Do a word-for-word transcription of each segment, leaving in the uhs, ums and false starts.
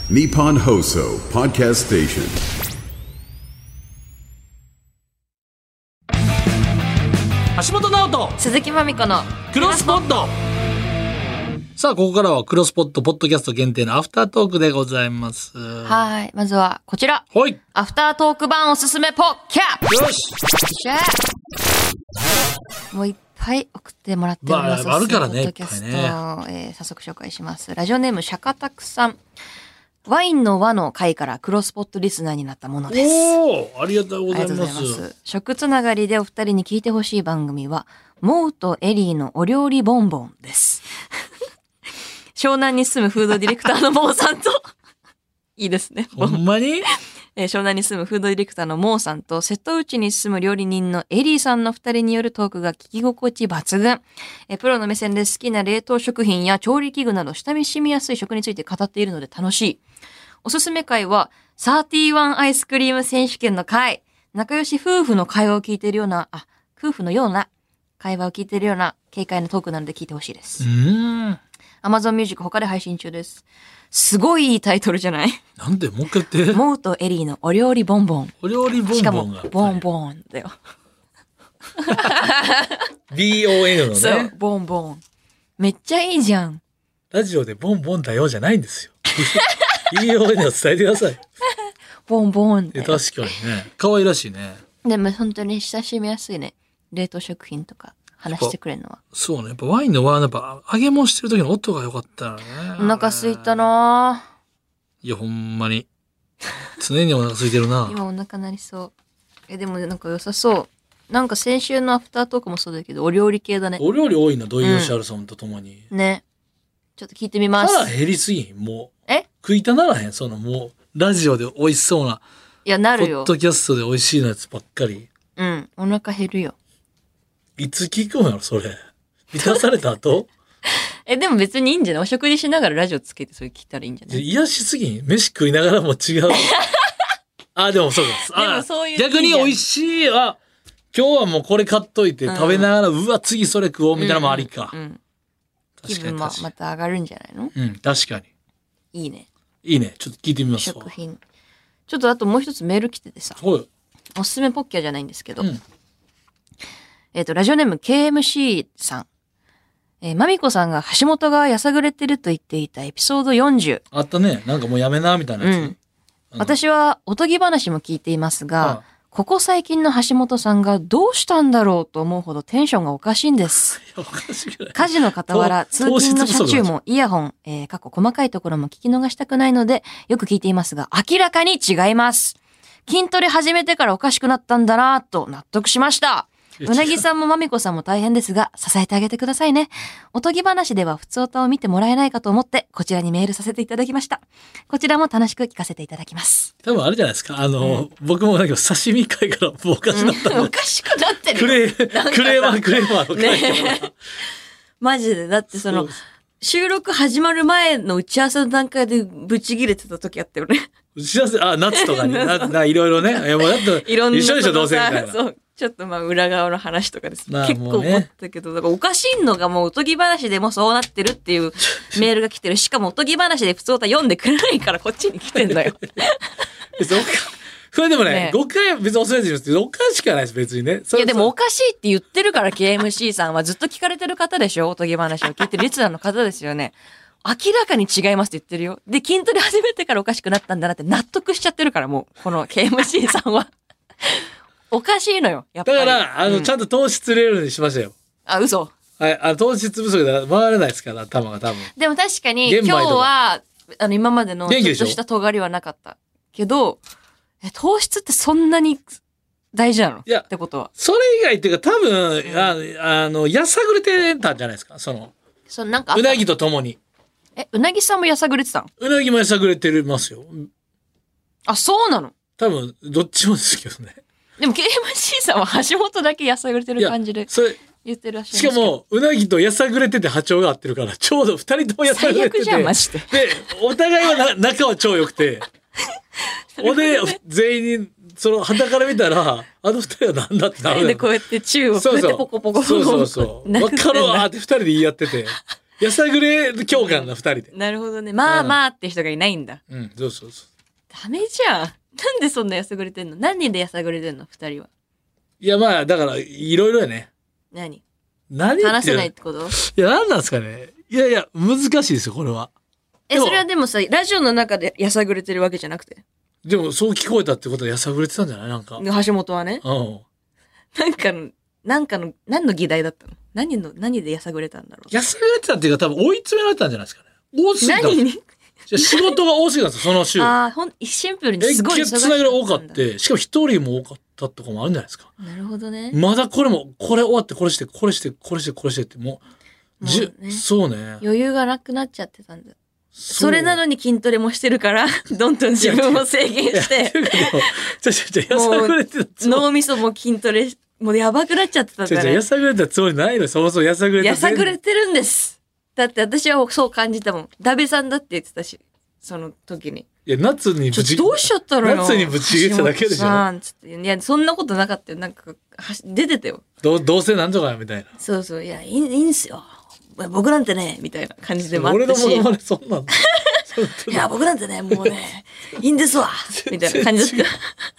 Nippon Hoso Podcast Station。 橋本直人鈴木まみこのクロスポット。さあここからはクロスポットポッドキャスト限定のアフタートークでございます。 はい。まずはこちら。 はい。 アフタートーク版おすすめポッキャよし。 しゃもういっぱい送ってもらっております。 まああるからねポッドキャスト、えー、早速紹介します。ラジオネームシャカタクさん。ワインの輪の会からクロスポットリスナーになったものです。 おー、ありがとうございます。 ありがとうございます。食つながりでお二人に聞いてほしい番組はモウとエリーのお料理ボンボンです。湘南に住むフードディレクターのモウさんといいですね。 ほんまにえー、湘南に住むフードディレクターのモウさんと瀬戸内に住む料理人のエリーさんの二人によるトークが聞き心地抜群。えー、プロの目線で好きな冷凍食品や調理器具など親しみやすい食について語っているので楽しい。おすすめ回はサーティワンアイスクリーム選手権の回。仲良し夫婦の会話を聞いているような、あ、夫婦のような会話を聞いているような軽快なトークなので聞いてほしいです。 うーん。 Amazon Music 他で配信中です。すごいいいタイトルじゃない？ なんでもう一回言って。 モウとエリーのお料理ボンボン。 お料理ボンボンが。 しかもボンボンだよ。 ビーオーエヌ のね。 そう、ボンボン。めっちゃいいじゃん。 ラジオでボンボンだよじゃないんですよ。ビーオーエヌ を伝えてください。 ボンボンだよ。 確かにね。可愛らしいね。でも本当に親しみやすいね。冷凍食品とか話してくれるのは。 そうね。やっぱワインのワーやっぱ揚げ物してる時の音が良かったよね。 お腹空いたなぁ。 いやほんまに。常にお腹空いてるな。 今お腹鳴りそう。え、でもなんか良さそう。なんか先週のアフタートークもそうだけど、お料理系だね。 お料理多いな、土井善晴さんとともに、 うん。ね。ちょっと聞いてみます。 腹減りすぎん、もう。 え食いたならへん、そのもう、ラジオで美味しそうな。 いや、なるよ。 ポッドキャストで美味しいのやつばっかり。 うん、お腹減るよ。 いつ聞くんやろ、それ。満たされた後え、でも別にいいんじゃない？お食事しながらラジオつけてそれ聞いたらいいんじゃない？ 癒しすぎん。飯食いながらも違う。あ、でもそうです。 でもそういう逆に美味しい。あ、今日はもうこれ買っといて食べながら、うん、うわ、次それ食おうみたいなのもありか。うんうん、 気分もまた上がるんじゃないの？ うん、確かに。 いいね。 いいね。ちょっと聞いてみますわ。 食品。ちょっとあともう一つメール来ててさ。 はい。 おすすめポッキャじゃないんですけど。 うん、 えっと、ラジオネーム ケーエムシー さん。えー、まみこさんが橋本がやさぐれてると言っていたエピソードよんじゅう。 あったね。なんかもうやめな、みたいなやつ。うんうん、私はおとぎ話も聞いていますが、ああここ最近の橋本さんがどうしたんだろうと思うほどテンションがおかしいんです。家事の傍ら、通勤の車中もイヤホン、えー、過去細かいところも聞き逃したくないので、よく聞いていますが、明らかに違います。筋トレ始めてからおかしくなったんだなぁと納得しました。うなぎさんもまみこさんも大変ですが、支えてあげてくださいね。おとぎ話では普通歌を見てもらえないかと思って、こちらにメールさせていただきました。こちらも楽しく聞かせていただきます。 多分あれじゃないですか。あの、うん、僕もなんか刺身会からもうおかしくなった、 うん、おかしくなってる。 クレー、クレーマー、クレーマーの会から。 ね、マジで、だってその、収録始まる前の打ち合わせの段階でブチ切れてた時あったよね。 打ち合わせ、あ、夏とかに、な、な、いろいろね。いやもうだって一緒でしょ、どうせみたいな。 そう。ちょっとまあ裏側の話とかです、 まあ、 結構思ったけど、だからおかしいのがもうおとぎ話でもそうなってるっていうメールが来てる。しかもおとぎ話で普通歌読んでくれないからこっちに来てんだよ。 それでもね、ねごかい別にお世話にしておかしくはないです、別にね。 いやでもおかしいって言ってるから ケーエムシー さんはずっと聞かれてる方でしょ、おとぎ話を聞いてるリスナーの方ですよね。明らかに違いますって言ってるよ。で、筋トレ始めてからおかしくなったんだなって納得しちゃってるからもう、この ケーエムシー さんは。おかしいのよ、やっぱり。 だから、あの、うん、ちゃんと糖質レールにしましたよ。 あ、嘘。 はい、あの糖質不足で回らないですから、頭が多分。 でも確かに、今日は、あの、今までのちょっとした尖りはなかった。けど、え、糖質ってそんなに大事なの？いや、ってことは。 それ以外っていうか、多分、うん、あ, あの、やさぐれてたんじゃないですか、その。 そのなんか。 うなぎとともに。 え、うなぎさんもやさぐれてたの？ うなぎもやさぐれてますよ。 あ、そうなの？ 多分、どっちもですけどね。 でも ケーエムシー さんは橋本だけやさぐれてる感じで言ってらっしゃる。しかもうなぎとやさぐれてて波長が合ってるからちょうど二人ともやさぐれてて、 最悪じゃんマジで。 でお互いはな仲は超良くておで全員にその傍から見たらあの二人はなんだってなる。 でこうやって宙をこうやってポコポコポコそうそうそう分かるわって二人で言い合っててやさぐれ共感な二人で。 なるほどね。まあまあって人がいないんだ。 うん、そうそうそう。 ダメじゃん。なんでそんなやさぐれてんの？何人でやさぐれてんの二人は。 いや、まあ、だから、いろいろやね。 何何って話せないってこと？ いや、何なんですかね。いやいや、難しいですよ、これは。 え、それはでもさ、ラジオの中でやさぐれてるわけじゃなくて。 でも、そう聞こえたってことはやさぐれてたんじゃないなんか。 橋本はね。 うん。 なんかの、なんかの、何の議題だったの？何の、何でやさぐれたんだろう。 やさぐれてたっていうか、多分追い詰められたんじゃないですかね。多すぎた。 何に仕事が多すぎたんですよ、その週。 ああ、ほん、シンプルにえすごい忙しかったんだ。 げつなぐらい多かって、しかも一人も多かったとかもあるんじゃないですか。 なるほどね。 まだこれも、これ終わって、これして、これして、これして、これしてって、もう、じゅもうねそうね。 余裕がなくなっちゃってたんだ。 そそれなのに筋トレもしてるから、どんどん自分を制限して、 ていうかでも、ちょちょちょ、やさぐれてたつもり。 脳みそも筋トレし、もうやばくなっちゃってたんだねちょちょ、や。さぐれてたつもりないのよ。そもそもやさぐれてた。 やさぐれてるんです。だって私はそう感じたもん。ダベさんだって言ってたし、その時に。 いや、夏にぶち、 ちょどうしちゃったのよ。 夏にぶち切れただけでしょ橋本さんつっていや、そんなことなかったよ。なんか、はし出てたよ。 どうどうせなんとかやみたいな。 そうそう。いや、いいいいんすよ。僕なんてね、みたいな感じでもあっ俺たし。 のモノマネそんなんだ。 いや、僕なんてね、もうね、いいんですわみたいな感じだった。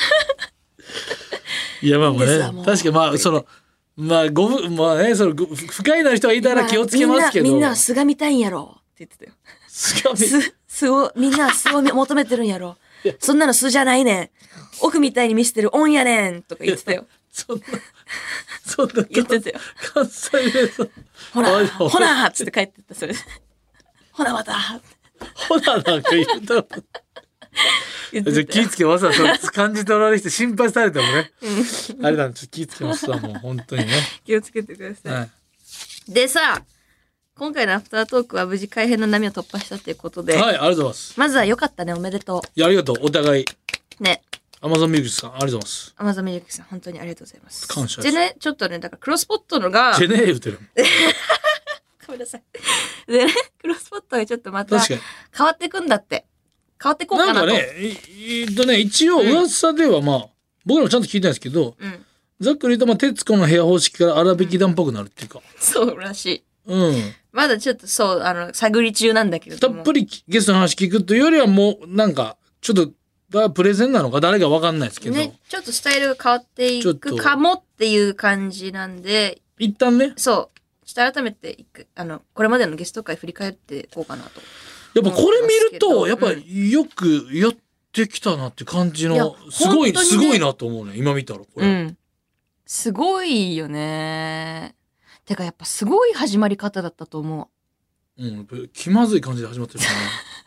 いや、まあまあねいいんですわもう。 確かにまあ、その、まあ、ごふ、まあね、その、ご不快な人がいたら気をつけますけど。 みんな、みんなは素が見たいんやろって言ってたよ。 すがみ素、素を、みんなは素を求めてるんやろ。そんなの素じゃないねん。オフみたいに見せてるオンやねんとか言ってたよ。 そんな、そんな、 言ってたよ。 関西弁の、 ほら、 あほらっつって帰ってった、それで。ほらまたほらなんか言ったら。 言じゃあ気ぃってたよ。 つけますわ。その感じ取られて心配されてもね。あれなんで、ちょっと気ぃつけますわ。もう本当にね。 気をつけてください。 はい。 でさ、今回のアフタートークは無事改編の波を突破したということで、 はい、ありがとうございます。 まずは良かったね、おめでといや、ありがとう。お互い。 う。ね。 アマゾンミュージックさん、ありがとうございます。 アマゾンミュージックさん、本当にありがとうございます。 感謝ですでね、ちょっとね、だからクロスポットのが、 ジェネー言うてる。 ごめんなさい。でね、クロスポットがちょっとまた確か変わってくんだって。変わってこうに。 かなと。 なんかね、いえっとね、一応噂ではまあ、僕らもちゃんと聞いたんですけど、 うん。 ざっくり言うと、まあ、徹子の部屋方式から荒引き団っぽくなるっていうか。 そうらしい。 うん。 まだちょっとそう、あの、探り中なんだけれども。 たっぷりゲストの話聞くというよりはもう、なんか、ちょっと、だプレゼンなのか誰かわかんないですけど、 ね、ちょっとスタイルが変わっていちょっとくかもっていう感じなんで、 一旦ね、 そう。ちょっと改めていく、あの、これまでのゲスト会振り返っていこうかなと。 やっぱこれ見ると、やっぱうんりよくやってきたなって感じいやの、すごい、 本当にねすごいなと思うね。今見たら、これ。 うん。すごいよね。てかやっぱすごい始まり方だったと思うん。やっぱ気まずい感じで始まってるからね。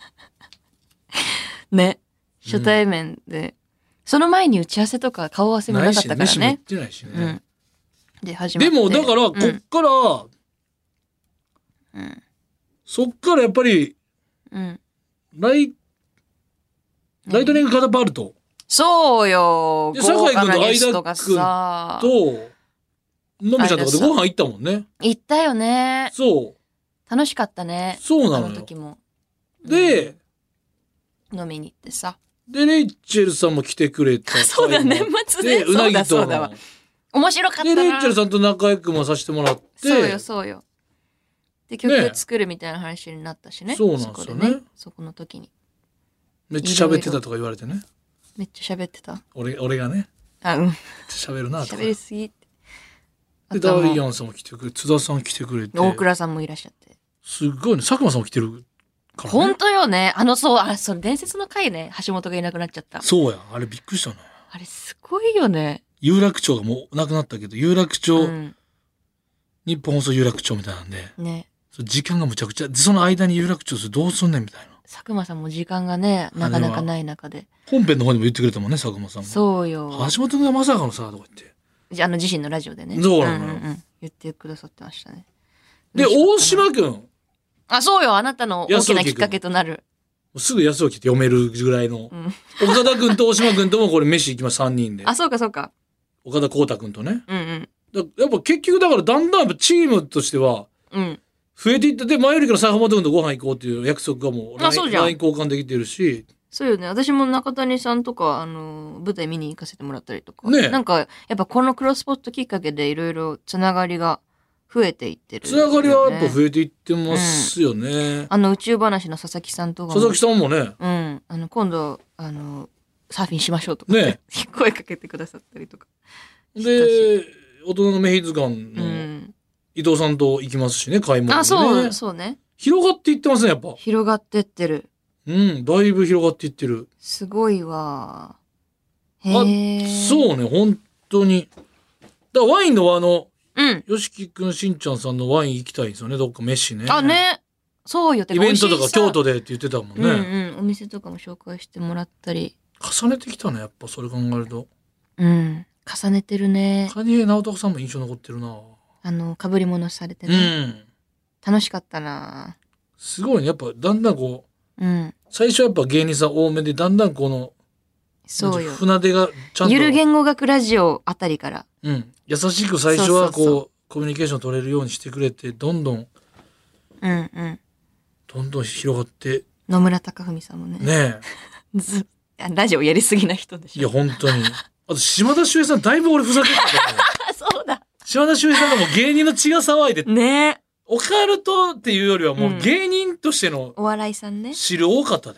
う。ね。初対面で。その前に打ち合わせとか顔合わせもなかったから飯も行っね。 てないしね。 うん。で、始まって。 でも、だから、こっから、 うん。 そっからやっぱり、 うん。 ライ、ライトニングカタパルトそうよ。 で豪華な酒井君とゲストがさ。 と、のみちゃんとかでご飯行ったもんね。 行ったよね。 そう。 楽しかったね。あそうなのよ。 の時も。 で、 飲みに行ってさ。 で、レイチェルさんも来てくれた。 そうだ、年末で、 ね。 うなそうだぎとのそうだわ。。面白かったで、 な。 レイチェルさんと仲良くもさせてもらって。 そうよ、そうよ。で、曲ね作るみたいな話になったしね。 そうなんですよねそこでね。そこの時に。 めっちゃ喋ってたとか言われてね。 めっちゃ喋ってた。 俺、俺がね、 あ、うん。 めっちゃ喋るなとか。 喋りすぎって。 で、ダイアンさんも来てくれ、津田さん来てくれて。 大倉さんもいらっしゃって。 すっごいね。佐久間さんも来てるからね。 本当よね。あの、そう、あ、その伝説の回ね。橋本がいなくなっちゃった。 そうや。あれびっくりしたね。 あれすごいよね。 有楽町がもうなくなったけど、有楽町、 うん。 日本放送有楽町みたいなんで、 ね。 そ時間がむちゃくちゃ、その間に有楽町するどうすんねんみたいな。 佐久間さんも時間がね、なかなかない中で。 本編の方にも言ってくれたもんね、佐久間さんも。 そうよ。 橋本君がまさかのさ、とか言って。 じゃあ、あの自身のラジオでね。 そうなのよんんん言ってくださってましたね。 で、大島君、 あ、そうよ。あなたの大きなきっかけとなる。 すぐ安起きって読めるぐらいの。 うん。 岡田君と大島君ともこれ飯行きます、さんにんで。 あ、そうかそうか。 岡田光太君とね。 うんうん。 だやっぱ結局だからだんだんやっぱチームとしてはうん。 増えていった。で、前よりから坂本君とご飯行こうっていう約束がもうあそうじゃんライン 交換できてるし。 そうよね。私も中谷さんとか、あの、舞台見に行かせてもらったりとか。 ねえなんか、やっぱこのクロスポットきっかけでいろいろつながりが増えていってる、 つながりはやっぱ増えていってますよね。うん、 あの宇宙話の佐々木さんとかも。 佐々木さんもね。 うん。あの、今度、あの、サーフィンしましょうとか、ね、声かけてくださったりとか。 で、大人のメヒ図鑑の伊藤さんと行きますしね、買い物にね。 あ、そう、そうね。 広がっていってますね、やっぱ。 広がってってる。 うん、だいぶ広がっていってる。 すごいわ。 へー。あ、そうね、本当に。だからワインのあの、うん。よしきくんしんちゃんさんのワイン行きたいんですよね、どっか飯ね。 あ、ね。そうよって。 イベントとか京都でって言ってたもんね。 うんうん。お店とかも紹介してもらったり。 重ねてきたね、やっぱそれ考えると。 うん。重ねてるね。 蟹江直人さんも印象残ってるな。 あの、被り物されてね。うん。楽しかったな。 すごいね。やっぱだんだんこう、 うん、最初はやっぱ芸人さん多めで、だんだんこの、 そうよ。 船出がちゃんと。 ゆる言語学ラジオあたりから。 うん。優しく最初はこう、そうそうそう、コミュニケーション取れるようにしてくれて、どんどん、 うんうん。 どんどん広がって。 野村貴文さんもね。 ねえ。ずラジオやりすぎな人でしょ。 いや、本当に。あと、島田秀平さん、だいぶ俺ふざけてたから。 そうだ。 島田秀平さんがもう芸人の血が騒いで。 ね。 オカルトっていうよりはもう芸人としての、 お笑いさんね。 知る多かったね。 うん。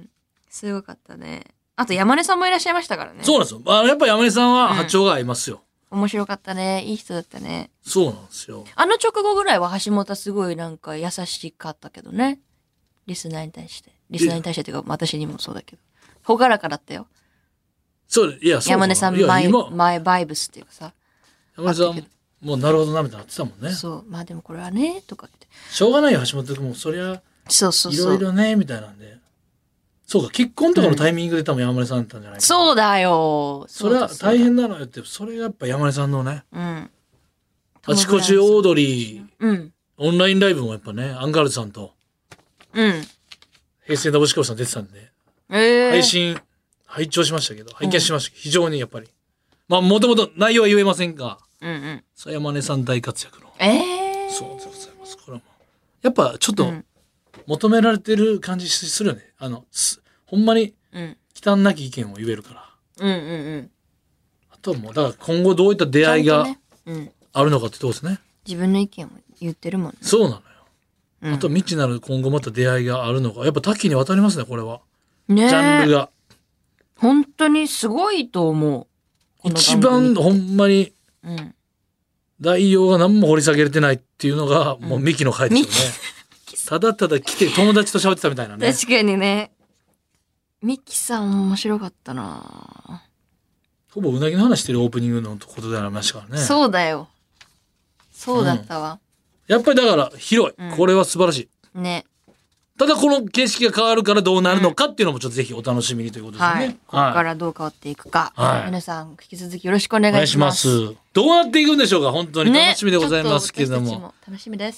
すごかったね。あと山根さんもいらっしゃいましたからね。 そうなんですよ。あやっぱ山根さんは波長が合いますよ、 うん。面白かったね。いい人だったね。 そうなんですよ。 あの直後ぐらいは橋本すごいなんか優しかったけどね。リスナーに対して。リスナーに対してというか私にもそうだけど。ほがらかだったよ。 そう、いや、そう山根さんマイ、マイバイブスっていうかさ。 山根さん、もうなるほどなみたいなってたもんね。 そう。まあでもこれはね、とかって。 しょうがないよ、橋本君も。そりゃ、 そうそうそう。 いろいろね、みたいなんで。そうか、結婚とかのタイミングで多分山根さんだったんじゃないかな。 そうだよ。 それは大変なのよって、それがやっぱ山根さんのね。 うん。 あちこちオードリー、うん。オンラインライブもやっぱね、アンガールズさんと、 うん。 平成ダブシカオさん出てたんで、 えー、 配信、拝聴しましたけど、拝見しましたけど、うん、非常にやっぱり。まあ、もともと内容は言えませんが、 うんうん。 山根さん大活躍の。 えー、 そうでございます。これも。やっぱちょっと、求められてる感じするよね。あの、ほんまに、忌憚なき意見を言えるから。 うんうんうん。 あとはもう、だから今後どういった出会いがあるのかってとこですね。 自分の意見を言ってるもんね。 そうなのよ。うん、あと未知なる今後また出会いがあるのか。やっぱ多岐にわたりますね、これは。ね、ジャンルが。 本当にすごいと思う。 一番ほんまに、うん、内容が何も掘り下げれてないっていうのが、もうミキの回ですよね。ただただ来て友達と喋ってたみたいなね。 確かにね。ミキさん面白かったな。 ほぼうなぎの話してるオープニングのことでありましたからね。 そうだよ。そうだったわ。 うん、やっぱりだから広い、うん。これは素晴らしい。 ね。 ただこの景色が変わるからどうなるのかっていうのもちょっとぜひお楽しみにということですね。はい、 ここからどう変わっていくか。はい、皆さん引き続きよろしくお願いします。 お願いします。どうなっていくんでしょうか。本当に楽しみでございますけれども。 ね、も楽しみです。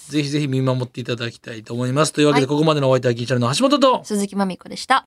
ぜひぜひ見守っていただきたいと思います。というわけでここまでのお相手はギーチャルの橋本と鈴木まみこでした。